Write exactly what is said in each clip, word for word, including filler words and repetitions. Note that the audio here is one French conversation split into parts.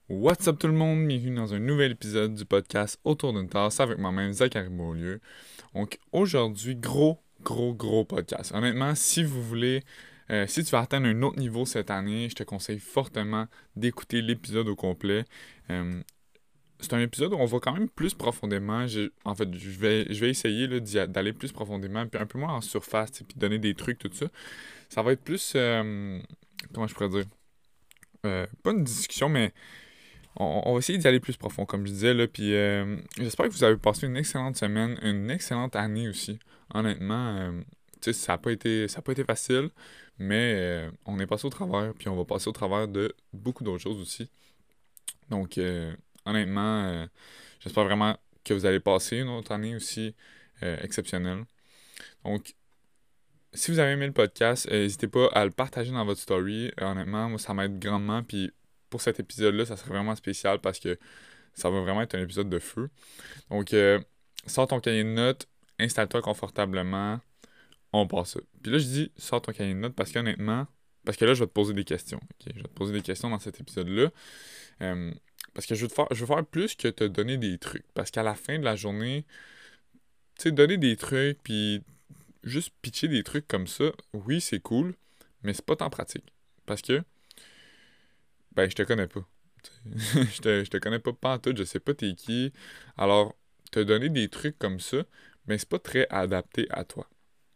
What's up tout le monde, bienvenue dans un nouvel épisode du podcast Autour d'une tasse avec moi-même Zachary Beaulieu. Donc aujourd'hui, gros, gros, gros podcast. Honnêtement, si vous voulez, euh, si tu veux atteindre un autre niveau cette année, je te conseille fortement d'écouter l'épisode au complet. Euh, c'est un épisode où on va quand même plus profondément. Je- en fait, je vais, je vais essayer là, d'y a- d'aller plus profondément, puis un peu moins en surface, tu sais, puis donner des trucs, tout ça. Ça va être plus, euh, comment je pourrais dire, Euh, pas une discussion, mais on, on va essayer d'y aller plus profond, comme je disais, là, puis euh, j'espère que vous avez passé une excellente semaine, une excellente année aussi. Honnêtement, euh, tu sais, ça n'a pas été, ça a pas été facile, mais euh, on est passé au travers, puis on va passer au travers de beaucoup d'autres choses aussi. Donc, euh, honnêtement, euh, j'espère vraiment que vous allez passer une autre année aussi euh, exceptionnelle. Donc, si vous avez aimé le podcast, euh, n'hésitez pas à le partager dans votre story. Euh, honnêtement, moi, ça m'aide grandement. Puis pour cet épisode-là, ça serait vraiment spécial parce que ça va vraiment être un épisode de feu. Donc, euh, sors ton cahier de notes, installe-toi confortablement, on passe ça. Puis là, je dis sors ton cahier de notes parce qu'honnêtement, parce que là, je vais te poser des questions. Ok? Je vais te poser des questions dans cet épisode-là. Euh, parce que je veux, te faire, je veux faire plus que te donner des trucs. Parce qu'à la fin de la journée, tu sais, donner des trucs, puis juste pitcher des trucs comme ça, oui, c'est cool, mais c'est pas tant pratique. Parce que, ben, je te connais pas. je, te, je te connais pas pantoute, je sais pas t'es qui. Alors, te donner des trucs comme ça, ben, c'est pas très adapté à toi.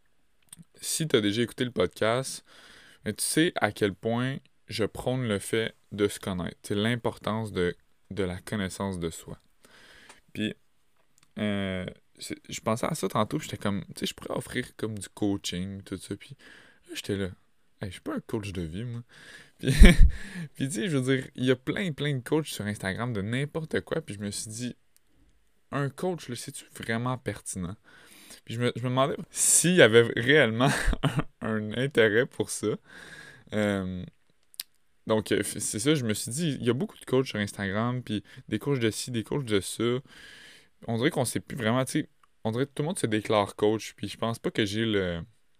Si t'as déjà écouté le podcast, ben, tu sais à quel point je prône le fait de se connaître. C'est l'importance de, de la connaissance de soi. Puis, euh, c'est- je pensais à ça tantôt, puis j'étais comme, tu sais, je pourrais offrir comme du coaching, tout ça, puis là, j'étais là. Hey, je suis pas un coach de vie, moi. Puis, puis tu sais, je veux dire, il y a plein, plein de coachs sur Instagram de n'importe quoi, puis je me suis dit, un coach, là, c'est-tu vraiment pertinent? Puis je me, je me demandais s'il y avait réellement un, un intérêt pour ça. Euh, donc, euh, c'est ça, je me suis dit, il y a beaucoup de coachs sur Instagram, puis des coachs de ci, des coachs de ça. On dirait qu'on sait plus vraiment, tu sais, on dirait que tout le monde se déclare coach, puis je pense pas que j'ai le,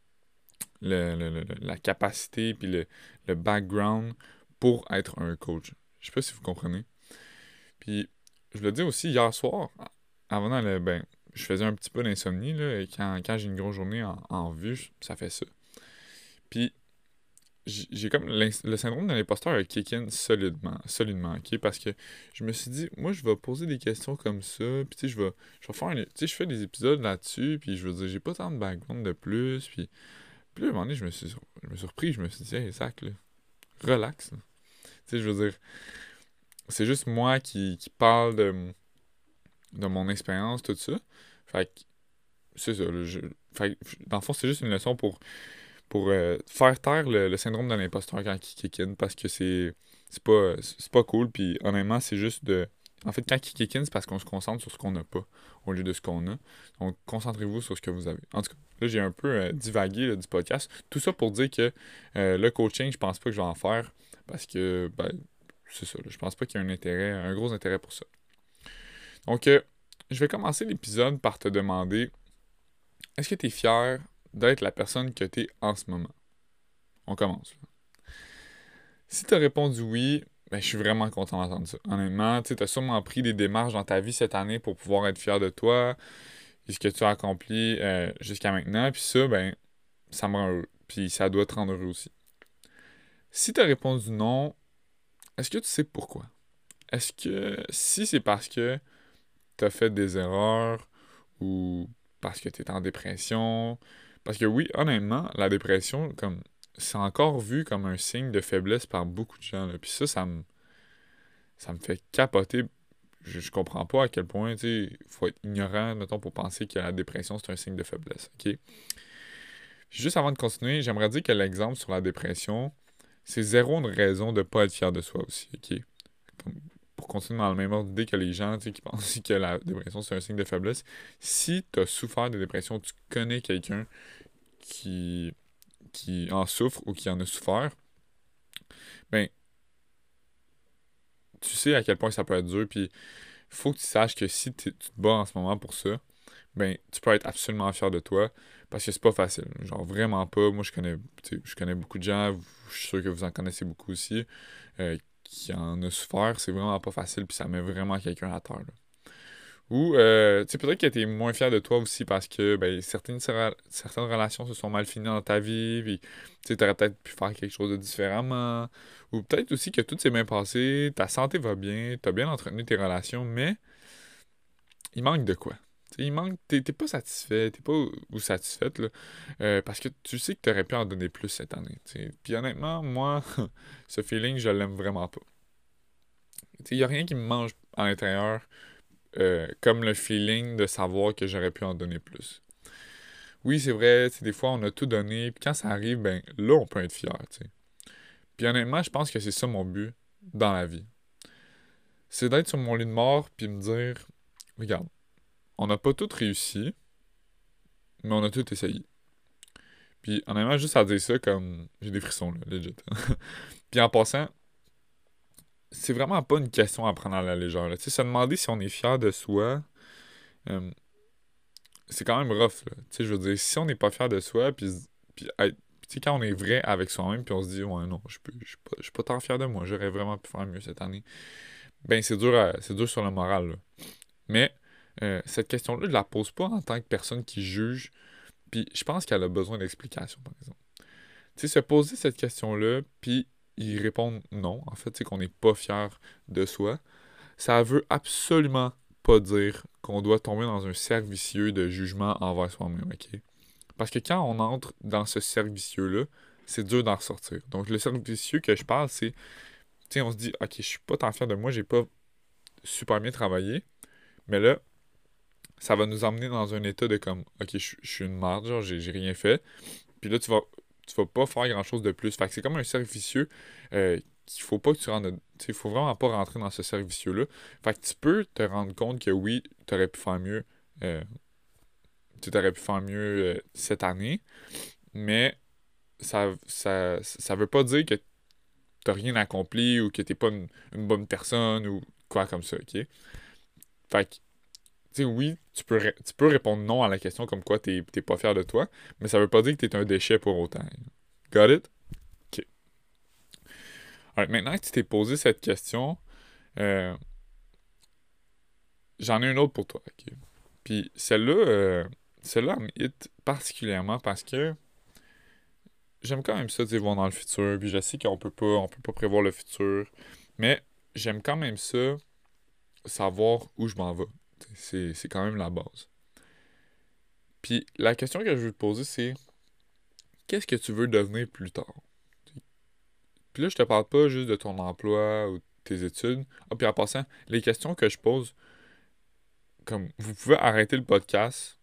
le- le- le- la capacité, puis le, le background pour être un coach. Je sais pas si vous comprenez. Puis, je le dis aussi, hier soir, avant d'aller, ben, je faisais un petit peu d'insomnie, là, et quand, quand j'ai une grosse journée en, en vue, ça fait ça. Puis, j'ai j'ai comme l'ins- le syndrome de l'imposteur a kick in solidement, solidement, ok? Parce que je me suis dit, moi, je vais poser des questions comme ça, puis tu sais, je vais, je vais faire un, tu sais, je fais des épisodes là-dessus, puis je veux dire, j'ai pas tant de background de plus, puis, puis là, à un moment donné, je me suis, sur- je me suis surpris, je me suis dit, hey, Zach, là, relax, là. Tu sais, je veux dire, c'est juste moi qui, qui parle de, de mon expérience, tout ça. Fait que, c'est ça, là, je- fait que, dans le fond, c'est juste une leçon pour pour euh, faire taire le, le syndrome de l'imposteur quand il kick in parce que c'est c'est pas c'est pas cool puis honnêtement c'est juste de en fait quand il kick in c'est parce qu'on se concentre sur ce qu'on n'a pas au lieu de ce qu'on a donc concentrez-vous sur ce que vous avez en tout cas là j'ai un peu euh, divagué là, du podcast tout ça pour dire que euh, le coaching je pense pas que je vais en faire parce que ben c'est ça là, je pense pas qu'il y ait un intérêt un gros intérêt pour ça donc euh, je vais commencer l'épisode par te demander est-ce que tu es fier d'être la personne que tu es en ce moment. On commence. Là. Si tu as répondu oui, ben, je suis vraiment content d'entendre ça. Honnêtement, tu as sûrement pris des démarches dans ta vie cette année pour pouvoir être fier de toi et ce que tu as accompli euh, jusqu'à maintenant. Puis ça, ben, ça me rend heureux. Puis ça doit te rendre heureux aussi. Si tu as répondu non, est-ce que tu sais pourquoi? Est-ce que si c'est parce que tu as fait des erreurs ou parce que tu es en dépression? Parce que oui, honnêtement, la dépression, comme c'est encore vu comme un signe de faiblesse par beaucoup de gens. Là. Puis ça, ça me, ça me fait capoter. Je, je comprends pas à quel point, tu sais, faut être ignorant, mettons, pour penser que la dépression, c'est un signe de faiblesse, OK? Juste avant de continuer, j'aimerais dire que l'exemple sur la dépression, c'est zéro une raison de pas être fier de soi aussi, OK? Comme, pour continuer dans le même ordre d'idée que les gens, tu sais, qui pensent que la dépression, c'est un signe de faiblesse, si tu as souffert de dépression, tu connais quelqu'un qui, qui en souffre ou qui en a souffert, ben, tu sais à quel point ça peut être dur, puis faut que tu saches que si tu te bats en ce moment pour ça, ben, tu peux être absolument fier de toi, parce que c'est pas facile. Genre, vraiment pas. Moi, je connais, tu sais, je connais beaucoup de gens, vous- je suis sûr que vous en connaissez beaucoup aussi, euh, qui en a souffert, c'est vraiment pas facile, puis ça met vraiment quelqu'un à terre, là. Ou, euh, tu sais, peut-être que t'es moins fier de toi aussi parce que, ben, certaines, certaines relations se sont mal finies dans ta vie, puis, tu sais, t'aurais peut-être pu faire quelque chose de différemment. Ou peut-être aussi que tout s'est bien passé, ta santé va bien, t'as bien entretenu tes relations, mais il manque de quoi? T'sais, il manque, t'es t'es pas satisfait, t'es pas ou, ou satisfaite, là, euh, parce que tu sais que t'aurais pu en donner plus cette année, t'sais. Puis honnêtement, moi, ce feeling, je l'aime vraiment pas. Il y a rien qui me mange à l'intérieur euh, comme le feeling de savoir que j'aurais pu en donner plus. Oui, c'est vrai, t'sais, des fois, on a tout donné, puis quand ça arrive, ben là, on peut être fier, t'sais. Puis honnêtement, je pense que c'est ça mon but dans la vie. C'est d'être sur mon lit de mort, puis me dire, regarde, on n'a pas tout réussi, mais on a tout essayé. Puis honnêtement, juste à dire ça, comme j'ai des frissons, là, legit. Puis en passant, c'est vraiment pas une question à prendre à la légère, là. Tu sais, se demander si on est fier de soi, euh, c'est quand même rough, là. Tu sais, je veux dire, si on n'est pas fier de soi, puis, puis être- tu sais, quand on est vrai avec soi-même, puis on se dit, ouais, non, je peux- je suis pas, je suis pas tant fier de moi, j'aurais vraiment pu faire mieux cette année. Ben, c'est dur, à- c'est dur sur le moral, là. Mais euh, cette question-là, je la pose pas en tant que personne qui juge, puis je pense qu'elle a besoin d'explication, par exemple. Tu sais, se poser cette question-là, puis y répondre non, en fait, c'est qu'on n'est pas fier de soi, ça veut absolument pas dire qu'on doit tomber dans un cercle vicieux de jugement envers soi-même, ok? Parce que quand on entre dans ce cercle vicieux-là, c'est dur d'en ressortir. Donc, le cercle vicieux que je parle, c'est, tu sais, on se dit, ok, je suis pas tant fier de moi, j'ai pas super bien travaillé, mais là, ça va nous emmener dans un état de comme, ok, je je suis une marde, genre, j'ai j'ai rien fait. Puis là, tu vas, tu vas pas faire grand-chose de plus. Fait que c'est comme un cercle vicieux euh, qu'il faut pas que tu rentres. Tu sais, faut vraiment pas rentrer dans ce cercle vicieux-là. Fait que tu peux te rendre compte que oui, tu aurais pu faire mieux. Euh, tu aurais pu faire mieux euh, cette année. Mais ça, ça, ça veut pas dire que t'as rien accompli ou que t'es pas une, une bonne personne ou quoi comme ça, ok? Fait que, tu sais, oui, tu peux, ré- tu peux répondre non à la question comme quoi t'es t'es pas fier de toi, mais ça veut pas dire que t'es un déchet pour autant. Got it? Ok. Alright, maintenant que tu t'es posé cette question, euh, j'en ai une autre pour toi. Ok? Puis celle-là, euh, celle-là elle me hit particulièrement parce que j'aime quand même ça, tu sais, voir dans le futur. Puis je sais qu'on peut pas, on peut pas prévoir le futur, mais j'aime quand même ça, savoir où je m'en vais. C'est, c'est quand même la base. Puis la question que je veux te poser, c'est qu'est-ce que tu veux devenir plus tard? Puis là, je te parle pas juste de ton emploi ou de tes études. Ah, puis en passant, les questions que je pose, comme vous pouvez arrêter le podcast,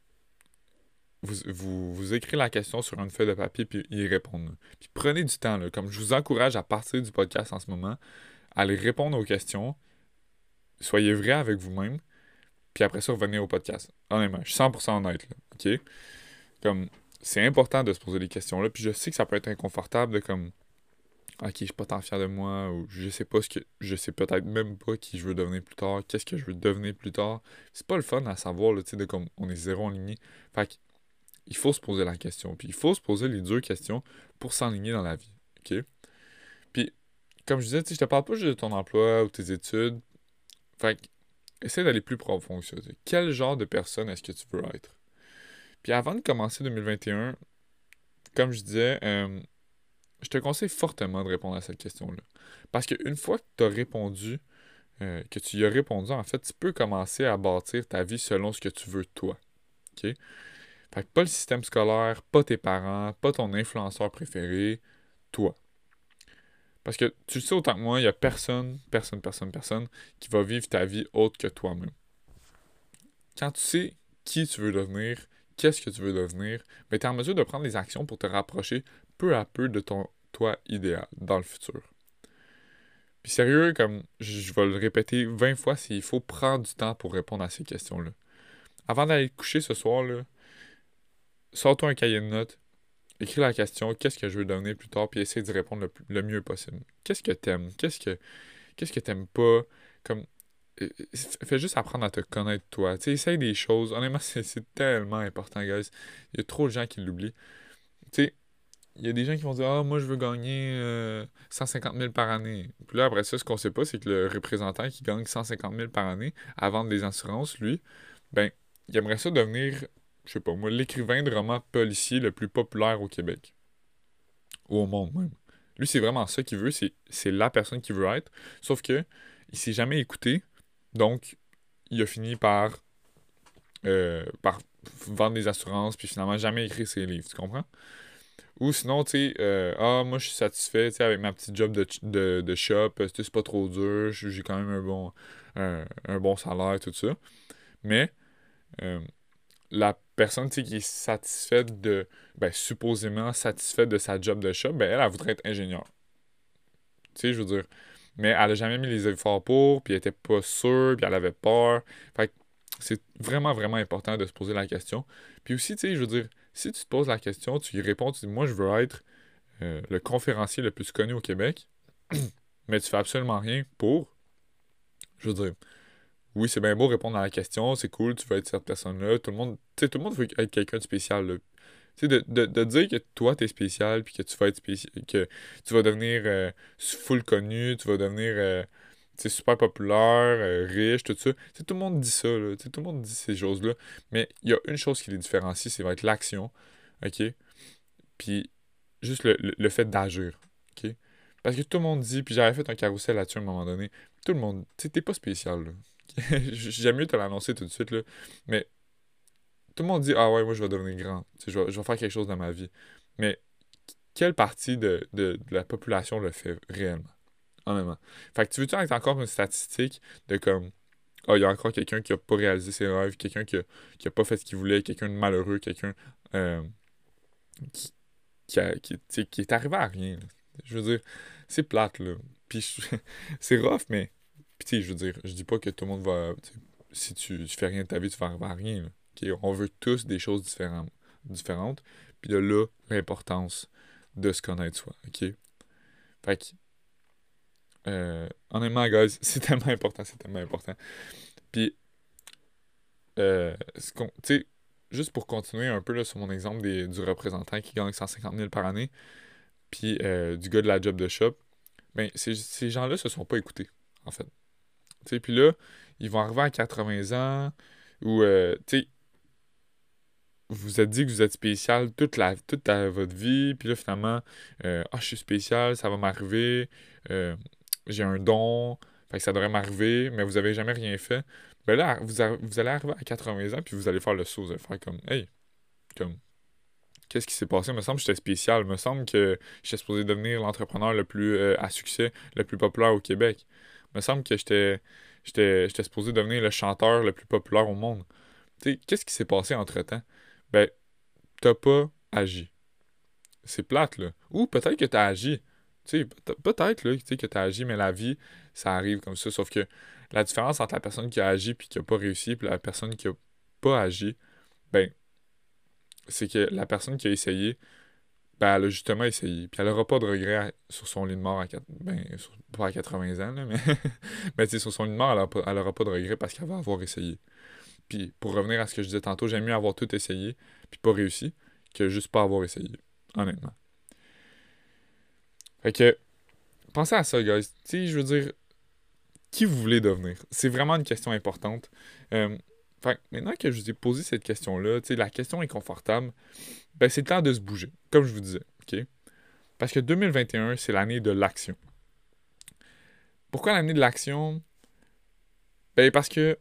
vous, vous, vous écrivez la question sur une feuille de papier puis y répondre. Puis prenez du temps, là, comme je vous encourage à partir du podcast en ce moment, à aller répondre aux questions, soyez vrai avec vous-même, puis après ça, revenez au podcast. Honnêtement, je suis cent pour cent honnête, là, ok? Comme, c'est important de se poser des questions-là, puis je sais que ça peut être inconfortable de comme, ok, je suis pas tant fier de moi, ou je sais pas ce que, je sais peut-être même pas qui je veux devenir plus tard, qu'est-ce que je veux devenir plus tard. C'est pas le fun à savoir, là, tu sais, de comme, on est zéro aligné. Fait que, il faut se poser la question. Puis il faut se poser les deux questions pour s'enligner dans la vie. OK? Puis, comme je disais, tu sais, je te parle pas juste de ton emploi ou tes études. Fait que, essaie d'aller plus profond que ça. Tu sais. Quel genre de personne est-ce que tu veux être? Puis avant de commencer deux mille vingt et un, comme je disais, euh, je te conseille fortement de répondre à cette question-là. Parce qu'une fois que tu as répondu, euh, que tu y as répondu, en fait, tu peux commencer à bâtir ta vie selon ce que tu veux toi. OK? Fait que pas le système scolaire, pas tes parents, pas ton influenceur préféré, toi. Parce que tu le sais autant que moi, il y a personne, personne, personne, personne qui va vivre ta vie autre que toi-même. Quand tu sais qui tu veux devenir, qu'est-ce que tu veux devenir, ben tu es en mesure de prendre des actions pour te rapprocher peu à peu de ton toi idéal dans le futur. Puis sérieux, comme je je vais le répéter vingt fois, s'il faut prendre du temps pour répondre à ces questions-là. Avant d'aller te coucher ce soir, là, sors-toi un cahier de notes, écris la question, qu'est-ce que je veux devenir plus tard, puis essaie d'y répondre le, plus- le mieux possible. Qu'est-ce que t'aimes? Qu'est-ce que qu'est-ce que t'aimes pas? Comme, euh, f- fais juste apprendre à te connaître toi. Tu sais, essaye des choses. Honnêtement, c'est c'est tellement important, guys. Il y a trop de gens qui l'oublient. Tu sais, il y a des gens qui vont dire « Ah, moi, je veux gagner euh, cent cinquante mille par année. » Puis là, après ça, ce qu'on sait pas, c'est que le représentant qui gagne cent cinquante mille par année à vendre des assurances, lui, ben, il aimerait ça devenir, je sais pas moi, l'écrivain de romans policiers le plus populaire au Québec. Ou au monde même. Lui, c'est vraiment ça qu'il veut, c'est, c'est la personne qu'il veut être. Sauf que il s'est jamais écouté, donc il a fini par, euh, par vendre des assurances, puis finalement jamais écrire ses livres, tu comprends? Ou sinon, tu sais, euh, ah, moi je suis satisfait, tu sais, avec ma petite job de, ch- de, de shop, euh, tu sais, c'est pas trop dur, j'ai j'ai quand même un bon, un, un bon salaire, tout ça. Mais, euh, la personne, tu sais, qui est satisfaite de, ben, supposément satisfaite de sa job de shop, ben, elle, elle voudrait être ingénieure. Tu sais, je veux dire. Mais elle a jamais mis les efforts pour, puis elle était pas sûre, puis elle avait peur. Fait que c'est vraiment, vraiment important de se poser la question. Puis aussi, tu sais, je veux dire, si tu te poses la question, tu y réponds, tu dis, moi, je veux être euh, le conférencier le plus connu au Québec, mais tu fais absolument rien pour, je veux dire, oui, c'est bien beau répondre à la question, c'est cool, tu veux être cette personne-là, tout le monde, tu sais, tout le monde veut être quelqu'un de spécial, là. Tu sais, de, de, de dire que toi, t'es spécial, puis que tu vas être spécial, que tu vas devenir euh, full connu, tu vas devenir, euh, tu sais, super populaire, euh, riche, tout ça. Tu sais, tout le monde dit ça, là. Tu sais, tout le monde dit ces choses-là. Mais il y a une chose qui les différencie, c'est va être l'action, OK? Puis juste le, le, le fait d'agir, OK? Parce que tout le monde dit, puis j'avais fait un carrousel là-dessus à un moment donné, tout le monde, tu sais, t'es pas spécial, là. J'aime mieux te l'annoncer tout de suite, là. Mais tout le monde dit, ah ouais, moi je vais devenir grand. Tu sais, je vais, je vais faire quelque chose dans ma vie. Mais quelle partie de, de, de la population le fait réellement? Honnêtement. Fait que tu veux-tu être encore une statistique de comme, ah, il y a encore quelqu'un qui a pas réalisé ses rêves, quelqu'un qui a, qui a pas fait ce qu'il voulait, quelqu'un de malheureux, quelqu'un euh, qui, qui, a- qui, tu sais, qui est arrivé à rien, là. Je veux dire, c'est plate, là. Puis je- c'est rough, mais. Puis tu sais, je veux dire, je dis pas que tout le monde va. Tu sais, si tu, tu fais rien de ta vie, tu vas arriver à rien, là. Ok? On veut tous des choses différentes. différentes. Puis de là, l'importance de se connaître soi. OK? Fait que, euh, honnêtement, guys, c'est tellement important, c'est tellement important. Puis, euh, ce qu'on- tu sais, juste pour continuer un peu là, sur mon exemple des- du représentant qui gagne cent cinquante mille par année, puis euh, du gars de la job de shop, ben, ces, ces gens-là se sont pas écoutés, en fait. Tu sais, puis là, ils vont arriver à quatre-vingts ans, où, euh, tu sais, vous vous êtes dit que vous êtes spécial toute, la, toute la- votre vie, puis là, finalement, euh, ah, je suis spécial, ça va m'arriver, euh, j'ai un don, fait que ça devrait m'arriver, mais vous avez jamais rien fait. Ben là, vous, a- vous allez arriver à quatre-vingts ans, puis vous allez faire le saut, vous allez faire comme, hey, comme, qu'est-ce qui s'est passé? Il me semble que j'étais spécial, il me semble que j'étais supposé devenir l'entrepreneur le plus euh, à succès, le plus populaire au Québec. Il me semble que j'étais, j'étais, j'étais supposé devenir le chanteur le plus populaire au monde. Tu sais, qu'est-ce qui s'est passé entre-temps? Ben, t'as pas agi. C'est plate, là. Ou peut-être que t'as agi. Tu sais, peut- peut-être, là, tu sais, que t'as agi, mais la vie, ça arrive comme ça. Sauf que la différence entre la personne qui a agi puis qui a pas réussi, puis la personne qui a pas agi, ben, c'est que la personne qui a essayé, ben, elle a justement essayé. Puis elle aura pas de regrets à- sur son lit de mort à, quatre- ben, sur- pas à quatre-vingts ans, là, mais, mais tu sais, sur son lit de mort, elle aura pas, elle aura pas de regrets parce qu'elle va avoir essayé. Puis pour revenir à ce que je disais tantôt, j'aime mieux avoir tout essayé puis pas réussi que juste pas avoir essayé, honnêtement. Fait que, pensez à ça, guys. Tu sais, je veux dire, qui vous voulez devenir? C'est vraiment une question importante. Euh, fait que maintenant que je vous ai posé cette question-là, tu sais, la question est confortable, ben c'est le temps de se bouger, comme je vous disais, OK? Parce que deux mille vingt et un, c'est l'année de l'action. Pourquoi l'année de l'action? Ben parce que,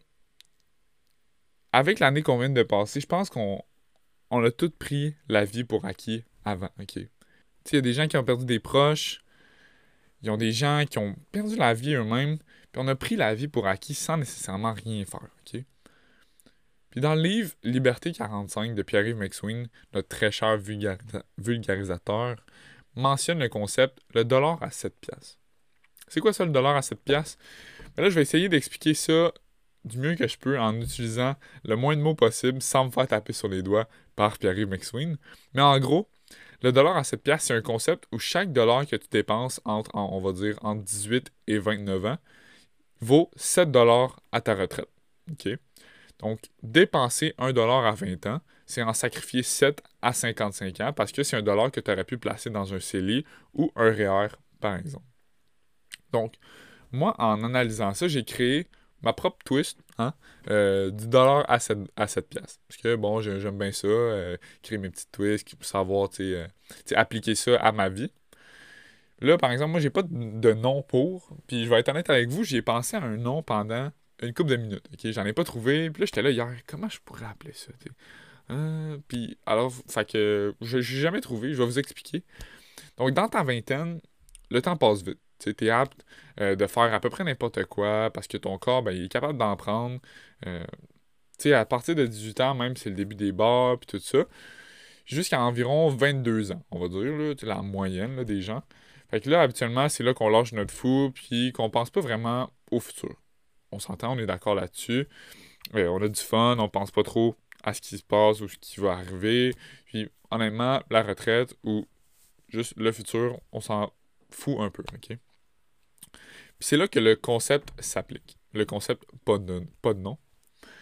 avec l'année qu'on vient de passer, je pense qu'on on a tous pris la vie pour acquis avant, OK? Tu sais, il y a des gens qui ont perdu des proches, ils ont des gens qui ont perdu la vie eux-mêmes, puis on a pris la vie pour acquis sans nécessairement rien faire, OK? Puis dans le livre Liberté quarante-cinq de Pierre-Yves McSween, notre très cher vulgarisa- vulgarisateur, mentionne le concept le dollar à sept piastres. C'est quoi ça le dollar à sept piastres? Ben là, je vais essayer d'expliquer ça du mieux que je peux en utilisant le moins de mots possible sans me faire taper sur les doigts par Pierre-Yves McSween. Mais en gros, le dollar à sept piastres, c'est un concept où chaque dollar que tu dépenses entre, en- on va dire, entre dix-huit et vingt-neuf ans vaut sept dollars à ta retraite. OK? Donc, dépenser un dollar à vingt ans, c'est en sacrifier sept à cinquante-cinq ans parce que c'est un dollar que tu aurais pu placer dans un C E L I ou un R E E R, par exemple. Donc, moi, en analysant ça, j'ai créé ma propre twist, hein, euh, du dollar à sept, à sept piastres. Parce que, bon, j'aime bien ça, euh, créer mes petites twists, savoir, tu sais, euh, appliquer ça à ma vie. Là, par exemple, moi, j'ai pas de, de nom pour, puis je vais être honnête avec vous, j'y ai pensé à un nom pendant une couple de minutes, ok? J'en ai pas trouvé, puis là, j'étais là hier, comment je pourrais appeler ça, tu sais? Euh, puis, alors, fait que, je j'ai jamais trouvé, je vais vous expliquer. Donc, dans ta vingtaine, le temps passe vite. Tu es apte euh, de faire à peu près n'importe quoi parce que ton corps, ben, il est capable d'en prendre. Euh, tu sais, à partir de dix-huit ans, même, c'est le début des bars, puis tout ça, jusqu'à environ vingt-deux ans, on va dire, là, tu sais, la moyenne là, des gens. Fait que là, habituellement, c'est là qu'on lâche notre fou, puis qu'on pense pas vraiment au futur. On s'entend, on est d'accord là-dessus. Euh, on a du fun, on pense pas trop à ce qui se passe ou ce qui va arriver. Puis, honnêtement, la retraite ou juste le futur, on s'en fout un peu, ok? Puis c'est là que le concept s'applique. Le concept pas de, pas de nom.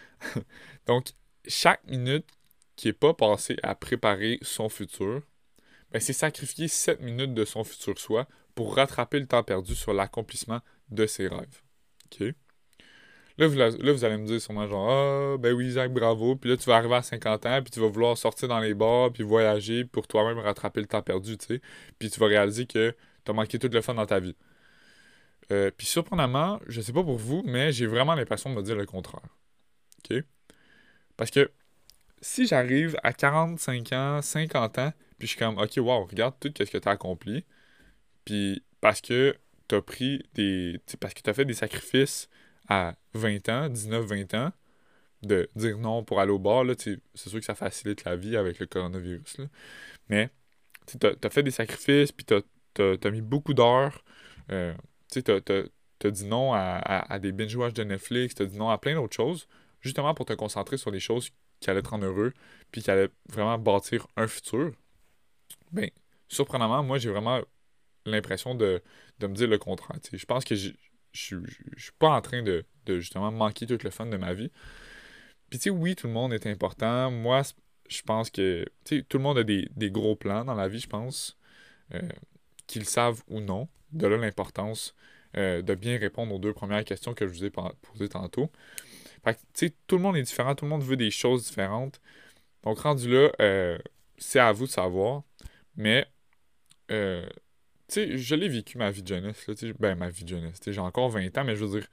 Donc, chaque minute qui n'est pas passée à préparer son futur, ben c'est sacrifier sept minutes de son futur soi pour rattraper le temps perdu sur l'accomplissement de ses rêves. OK? Là vous, là, vous allez me dire sûrement genre « Ah, ben oui, Zach, bravo. » Puis là, tu vas arriver à cinquante ans, puis tu vas vouloir sortir dans les bars, puis voyager pour toi-même rattraper le temps perdu, tu sais. Puis tu vas réaliser que tu as manqué tout le fun dans ta vie. Euh, puis surprenamment, je sais pas pour vous, mais j'ai vraiment l'impression de me dire le contraire. OK? Parce que si j'arrive à quarante-cinq ans, cinquante ans, puis je suis comme, OK, wow, regarde tout ce que tu as accompli, puis parce que tu as pris des. Parce que tu as fait des sacrifices à vingt ans, dix-neuf vingt ans, de dire non pour aller au bar, là, c'est sûr que ça facilite la vie avec le coronavirus, là. Mais tu as fait des sacrifices, puis tu as mis beaucoup d'heures. Euh, tu sais, t'as, t'as, t'as dit non à, à, à des binge-watch de Netflix, t'as dit non à plein d'autres choses, justement pour te concentrer sur les choses qui allaient te rendre heureux, puis qui allaient vraiment bâtir un futur. Ben, surprenamment, moi, j'ai vraiment l'impression de, de me dire le contraire. T'sais. Je pense que je suis pas en train de, de justement manquer tout le fun de ma vie. Puis, tu sais, oui, tout le monde est important. Moi, je pense que, tu sais, tout le monde a des, des gros plans dans la vie, je pense, euh, qu'ils savent ou non. De là l'importance euh, de bien répondre aux deux premières questions que je vous ai posées tantôt. Fait que, tu sais, tout le monde est différent, tout le monde veut des choses différentes. Donc, rendu là, euh, c'est à vous de savoir. Mais, euh, tu sais, je l'ai vécu ma vie de jeunesse. Là, ben, ma vie de jeunesse. J'ai encore vingt ans, mais je veux dire,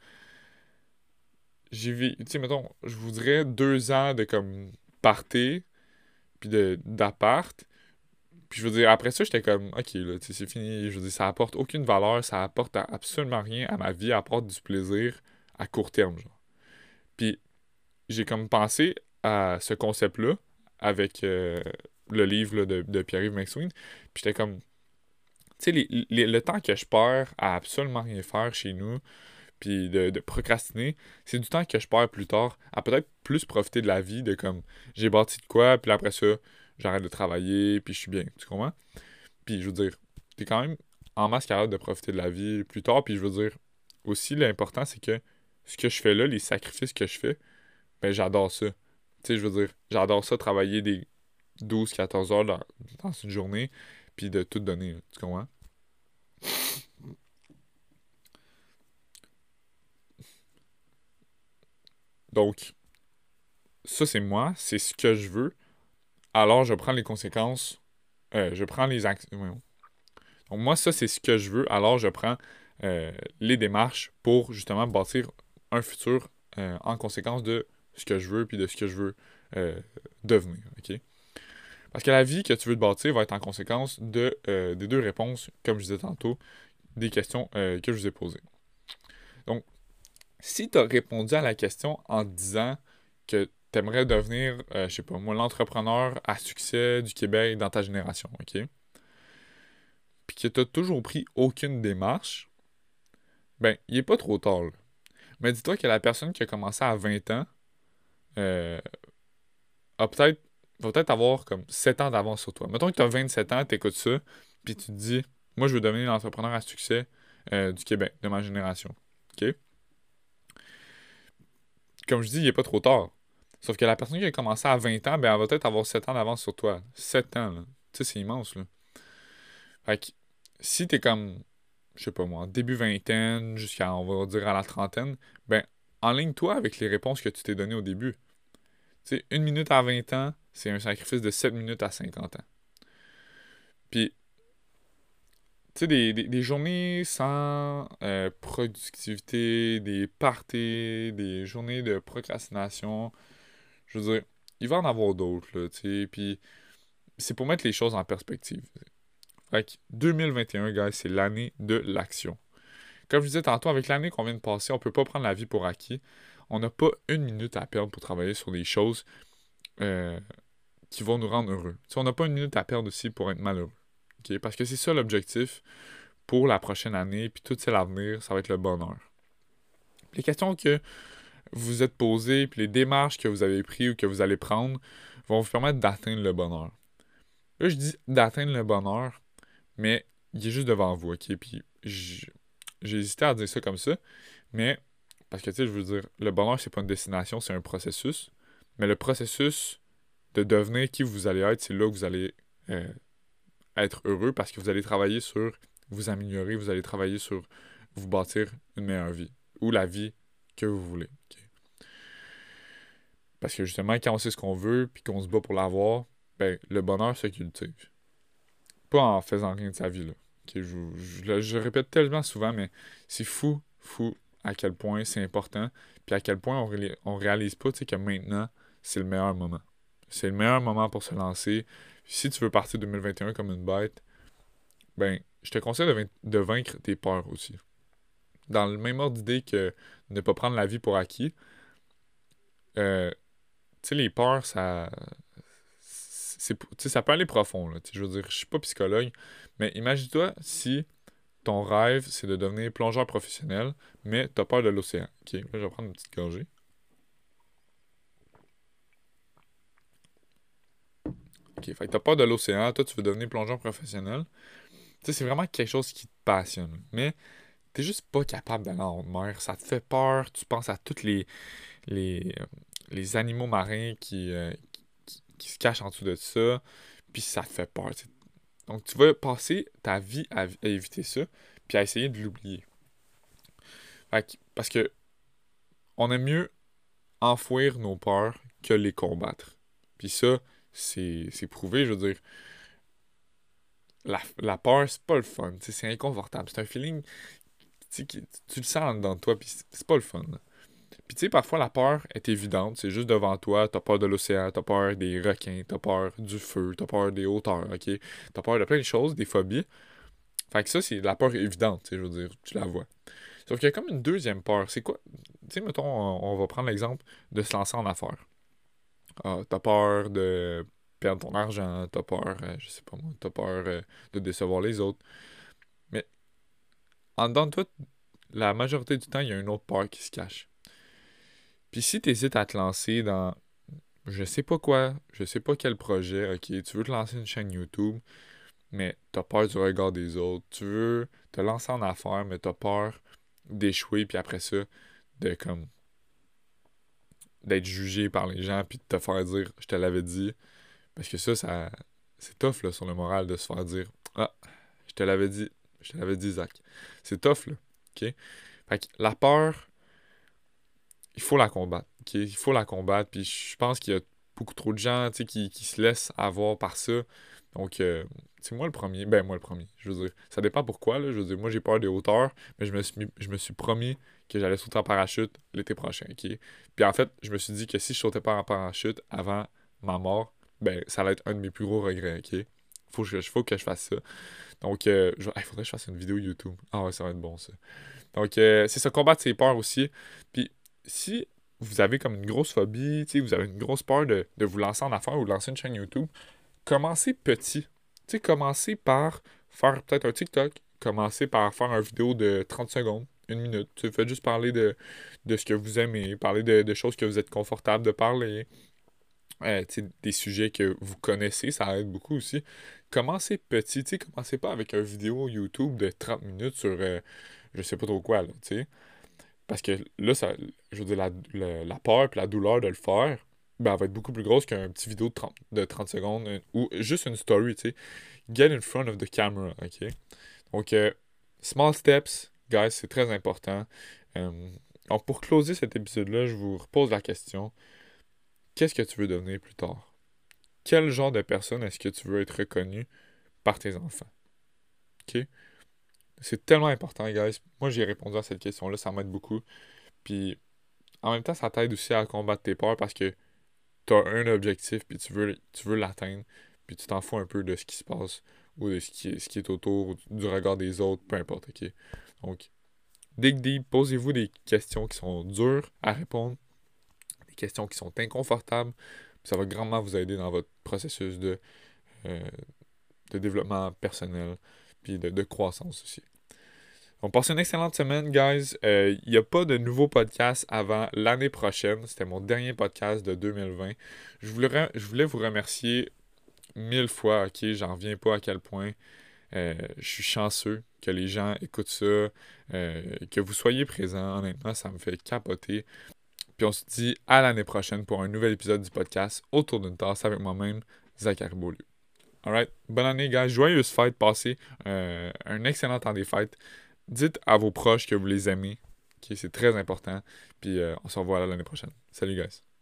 j'ai vu, tu sais, mettons, je vous dirais deux ans de comme party, puis de d'appart. Puis je veux dire, après ça, j'étais comme, ok, là, tu sais, c'est fini. Je veux dire, ça apporte aucune valeur, ça apporte absolument rien à ma vie, à apporte du plaisir à court terme, genre. Puis j'ai comme pensé à ce concept-là avec euh, le livre là, de, de Pierre-Yves McSween. Puis j'étais comme, tu sais, les- les- le temps que je perds à absolument rien faire chez nous, puis de, de procrastiner, c'est du temps que je perds plus tard à peut-être plus profiter de la vie, de comme, j'ai bâti de quoi, puis après ça, j'arrête de travailler, puis je suis bien, tu comprends? Puis je veux dire, t'es quand même en masse capable de profiter de la vie plus tard, puis je veux dire, aussi l'important c'est que ce que je fais là, les sacrifices que je fais, ben j'adore ça. Tu sais, je veux dire, j'adore ça travailler des douze quatorze heures dans, dans une journée, puis de tout donner, là, tu comprends? Donc, ça c'est moi, c'est ce que je veux, alors je prends les conséquences, euh, je prends les actions. Donc moi, ça c'est ce que je veux, alors je prends euh, les démarches pour justement bâtir un futur euh, en conséquence de ce que je veux puis de ce que je veux euh, devenir. OK? Parce que la vie que tu veux te bâtir va être en conséquence de, euh, des deux réponses, comme je disais tantôt, des questions euh, que je vous ai posées. Donc, si tu as répondu à la question en te disant que tu aimerais devenir, euh, je sais pas moi, l'entrepreneur à succès du Québec dans ta génération, OK? Puis que tu n'as toujours pris aucune démarche, ben, il est pas trop tard, là. Mais dis-toi que la personne qui a commencé à vingt ans euh, a peut-être va peut-être avoir comme sept ans d'avance sur toi. Mettons que tu as vingt-sept ans, tu écoutes ça, puis tu te dis, moi, je veux devenir l'entrepreneur à succès euh, du Québec, de ma génération. OK? Comme je dis, il n'est pas trop tard. Sauf que la personne qui a commencé à vingt ans, ben, elle va peut-être avoir sept ans d'avance sur toi. sept ans, là. Tu sais, c'est immense, là. Fait que si t'es comme, je sais pas moi, début vingtaine jusqu'à, on va dire, à la trentaine, ben, enligne-toi avec les réponses que tu t'es données au début. Tu sais, une minute à vingt ans, c'est un sacrifice de sept minutes à cinquante ans. Puis, tu sais, des, des, des journées sans euh, productivité, des parties, des journées de procrastination, je veux dire, il va en avoir d'autres, là, tu sais. Puis, c'est pour mettre les choses en perspective. Fait que deux mille vingt et un, guys, c'est l'année de l'action. Comme je disais tantôt, avec l'année qu'on vient de passer, on peut pas prendre la vie pour acquis. On n'a pas une minute à perdre pour travailler sur des choses euh, qui vont nous rendre heureux. T'sais, on n'a pas une minute à perdre aussi pour être malheureux. Okay? Parce que c'est ça l'objectif pour la prochaine année, puis tout celle à venir, ça va être le bonheur. Les questions que vous vous êtes posées, puis les démarches que vous avez prises ou que vous allez prendre vont vous permettre d'atteindre le bonheur. Là, je dis d'atteindre le bonheur, mais il est juste devant vous, ok? Puis j'ai hésité à dire ça comme ça, mais parce que, tu sais, je veux dire, le bonheur, c'est pas une destination, c'est un processus. Mais le processus de devenir qui vous allez être, c'est là que vous allez euh, être heureux parce que vous allez travailler sur vous améliorer, vous allez travailler sur vous bâtir une meilleure vie ou la vie que vous voulez. Okay? Parce que justement, quand on sait ce qu'on veut puis qu'on se bat pour l'avoir, ben, le bonheur se cultive. Pas en faisant rien de sa vie, là. Okay, je, je, je, je le répète tellement souvent, mais c'est fou, fou à quel point c'est important, puis à quel point on, ré, on réalise pas que maintenant, c'est le meilleur moment. C'est le meilleur moment pour se lancer. Si tu veux partir deux mille vingt et un comme une bête, ben, je te conseille de, de vaincre tes peurs aussi. Dans le même ordre d'idée que ne pas prendre la vie pour acquis, euh, tu sais, les peurs, ça, c'est, ça peut aller profond. Là, je veux dire, je suis pas psychologue, mais imagine-toi si ton rêve, c'est de devenir plongeur professionnel, mais tu as peur de l'océan. Ok, là, je vais prendre une petite gorgée. Ok, fait que tu as peur de l'océan, toi, tu veux devenir plongeur professionnel. Tu sais, c'est vraiment quelque chose qui te passionne. Mais t'es juste pas capable d'aller en haute mer. Ça te fait peur. Tu penses à tous les, les, euh, les animaux marins qui, euh, qui, qui se cachent en dessous de ça. Puis ça te fait peur. T'sais. Donc, tu vas passer ta vie à, à éviter ça, puis à essayer de l'oublier. Fait que, parce que on aime mieux enfouir nos peurs que les combattre. Puis ça, c'est, c'est prouvé, je veux dire. La, la peur, c'est pas le fun. C'est inconfortable. C'est un feeling. Tu, tu le sens en dedans de toi, puis c'est pas le fun. Là. Puis tu sais, parfois la peur est évidente, c'est juste devant toi, t'as peur de l'océan, t'as peur des requins, t'as peur du feu, t'as peur des hauteurs, ok? T'as peur de plein de choses, des phobies. Fait que ça, c'est la peur évidente, tu sais, je veux dire, tu la vois. Sauf qu'il y a comme une deuxième peur, c'est quoi? Tu sais, mettons, on, on va prendre l'exemple de se lancer en affaires. Ah, t'as peur de perdre ton argent, t'as peur, euh, je sais pas moi, t'as peur euh, de décevoir les autres. Mais en dedans de toi, la majorité du temps, il y a une autre peur qui se cache. Puis si tu hésites à te lancer dans je sais pas quoi, je sais pas quel projet, ok, tu veux te lancer une chaîne YouTube, mais t'as peur du regard des autres, tu veux te lancer en affaires, mais t'as peur d'échouer, puis après ça, de comme d'être jugé par les gens, puis de te faire dire je te l'avais dit, parce que ça, ça c'est tough là, sur le moral de se faire dire ah, je te l'avais dit, je te l'avais dit, Zach. C'est tough là, ok? Fait que la peur, il faut la combattre. Okay? Il faut la combattre. Puis je pense qu'il y a beaucoup trop de gens qui, qui se laissent avoir par ça. Donc, euh, c'est moi le premier. Ben, moi le premier. Je veux dire, ça dépend pourquoi. Là. Je veux dire, moi, j'ai peur des hauteurs, mais je me suis, je me suis promis que j'allais sauter en parachute l'été prochain. Okay? Puis en fait, je me suis dit que si je sautais pas en parachute avant ma mort, ben, ça allait être un de mes plus gros regrets. Okay? Faut que je, faut que je fasse ça. Donc, euh, il faudrait que je fasse une vidéo YouTube. Ah ouais, ça va être bon, ça. Donc, euh, c'est ça, combattre ses peurs aussi. Puis, si vous avez comme une grosse phobie, vous avez une grosse peur de, de vous lancer en affaires ou de lancer une chaîne YouTube, commencez petit. T'sais, commencez par faire peut-être un TikTok, commencez par faire une vidéo de trente secondes, une minute. Tu faites juste parler de, de ce que vous aimez, parler de, de choses que vous êtes confortable de parler, euh, des sujets que vous connaissez, ça aide beaucoup aussi. Commencez petit, t'sais, commencez pas avec une vidéo YouTube de trente minutes sur euh, je sais pas trop quoi, là, tu sais. Parce que là, ça, je veux dire, la, la, la peur et la douleur de le faire, ben, elle va être beaucoup plus grosse qu'un petit vidéo de trente, de trente secondes euh, ou juste une story, tu sais. Get in front of the camera, OK? Donc, euh, small steps, guys, c'est très important. Euh, donc, pour closer cet épisode-là, je vous repose la question. Qu'est-ce que tu veux devenir plus tard? Quel genre de personne est-ce que tu veux être reconnu par tes enfants? OK? C'est tellement important, guys. Moi, j'ai répondu à cette question-là, ça m'aide beaucoup. Puis, en même temps, ça t'aide aussi à combattre tes peurs parce que tu as un objectif, puis tu veux, tu veux l'atteindre, puis tu t'en fous un peu de ce qui se passe, ou de ce qui est, ce qui est autour, ou du regard des autres, peu importe, OK? Donc, dig deep, posez-vous des questions qui sont dures à répondre, des questions qui sont inconfortables, puis ça va grandement vous aider dans votre processus de, euh, de développement personnel, puis de, de croissance aussi. Donc, passez une excellente semaine, guys. Il euh, n'y a pas de nouveau podcast avant l'année prochaine. C'était mon dernier podcast de deux mille vingt. Je voulais, je voulais vous remercier mille fois, ok? J'en reviens pas à quel point euh, je suis chanceux que les gens écoutent ça, euh, que vous soyez présents. Honnêtement, ça me fait capoter. Puis on se dit à l'année prochaine pour un nouvel épisode du podcast Autour d'une tasse avec moi-même, Zachary Beaulieu. Alright, bonne année, guys. Joyeuse fête, passez euh, un excellent temps des fêtes. Dites à vos proches que vous les aimez. Okay, c'est très important. Puis euh, on se revoit l'année prochaine. Salut, guys.